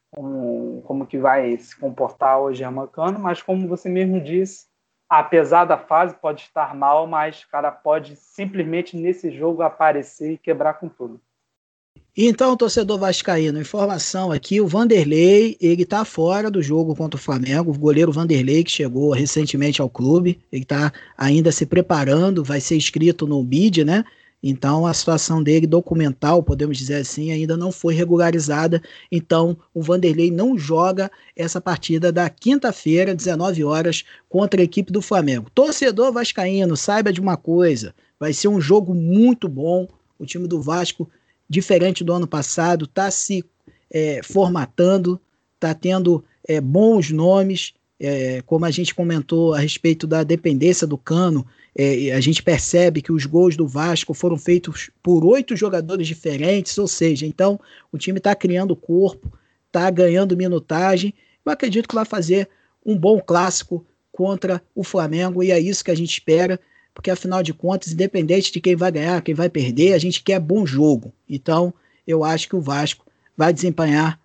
vai se comportar o Germancano. Mas, como você mesmo disse, apesar da fase, pode estar mal, mas o cara pode simplesmente nesse jogo aparecer e quebrar com tudo. Então, torcedor vascaíno, informação aqui, o Vanderlei, ele tá fora do jogo contra o Flamengo, o goleiro Vanderlei, que chegou recentemente ao clube, ele tá ainda se preparando, vai ser inscrito no BID, né? Então, a situação dele documental, podemos dizer assim, ainda não foi regularizada. Então, o Vanderlei não joga essa partida da quinta-feira, 19 horas, contra a equipe do Flamengo. Torcedor vascaíno, saiba de uma coisa, vai ser um jogo muito bom. O time do Vasco, diferente do ano passado, está se formatando, está tendo bons nomes, como a gente comentou a respeito da dependência do Cano. A gente percebe que os gols do Vasco foram feitos por 8 jogadores diferentes, ou seja, então o time está criando corpo, está ganhando minutagem. Eu acredito que vai fazer um bom clássico contra o Flamengo, e é isso que a gente espera, porque afinal de contas, independente de quem vai ganhar, quem vai perder, a gente quer bom jogo. Então, eu acho que o Vasco vai desempenhar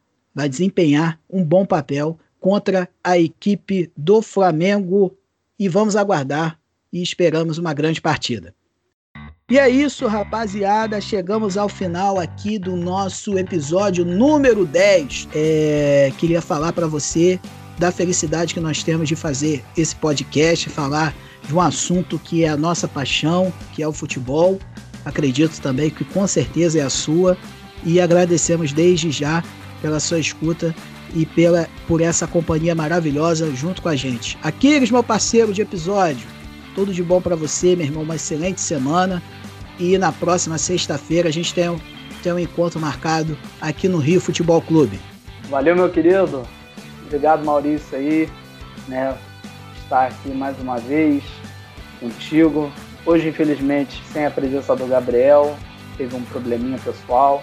um bom papel contra a equipe do Flamengo, e vamos aguardar e esperamos uma grande partida. E é isso, rapaziada, chegamos ao final aqui do nosso episódio número 10. Queria falar para você da felicidade que nós temos de fazer esse podcast, falar de um assunto que é a nossa paixão, que é o futebol. Acredito também que com certeza é a sua, e agradecemos desde já pela sua escuta e por essa companhia maravilhosa junto com a gente. Aquiles, meu parceiro de episódio, tudo de bom para você, meu irmão, uma excelente semana, e na próxima sexta-feira a gente tem um encontro marcado aqui no Rio Futebol Clube. Valeu, meu querido, obrigado, Maurício, aí, né, estar aqui mais uma vez contigo. Hoje, infelizmente, sem a presença do Gabriel, teve um probleminha pessoal,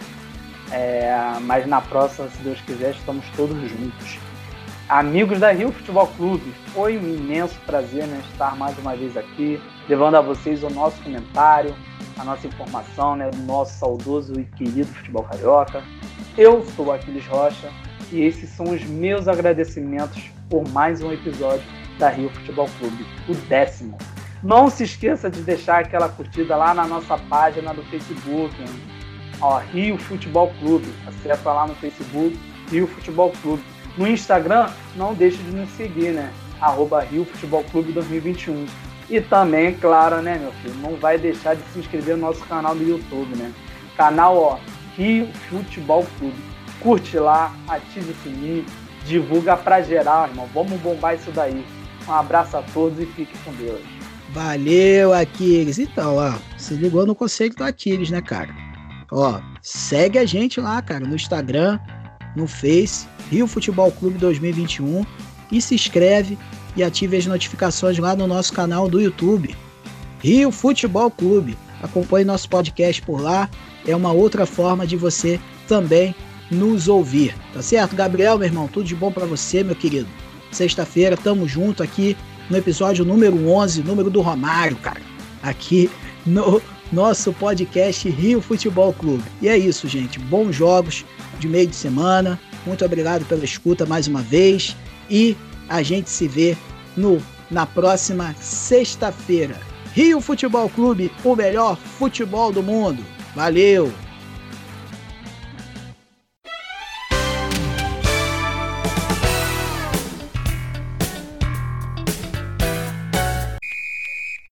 mas na próxima, se Deus quiser, estamos todos juntos. Amigos da Rio Futebol Clube, foi um imenso prazer, né, estar mais uma vez aqui, levando a vocês o nosso comentário, a nossa informação, né, do nosso saudoso e querido futebol carioca. Eu sou o Aquiles Rocha e esses são os meus agradecimentos por mais um episódio da Rio Futebol Clube, o 10º. Não se esqueça de deixar aquela curtida lá na nossa página do Facebook, hein? Rio Futebol Clube. Acessa lá no Facebook, Rio Futebol Clube. No Instagram, não deixe de nos seguir, né? @Rio Futebol Clube 2021. E também, claro, né, meu filho, não vai deixar de se inscrever no nosso canal do YouTube, né? Canal, Rio Futebol Clube. Curte lá, ative o sininho, divulga pra geral, irmão. Vamos bombar isso daí. Um abraço a todos e fique com Deus. Valeu, Aquiles. Então, ó, se ligou no conselho do Aquiles, né, cara? Ó, segue a gente lá, cara, no Instagram, no Face, Rio Futebol Clube 2021 e se inscreve e ative as notificações lá no nosso canal do YouTube, Rio Futebol Clube. Acompanhe nosso podcast por lá, é uma outra forma de você também nos ouvir, tá certo? Gabriel, meu irmão, tudo de bom pra você, meu querido. Sexta-feira, tamo junto aqui no episódio número 11, número do Romário, cara, aqui no nosso podcast Rio Futebol Clube. E é isso, gente, bons jogos de meio de semana, muito obrigado pela escuta mais uma vez e a gente se vê na próxima sexta-feira. Rio Futebol Clube, o melhor futebol do mundo. Valeu!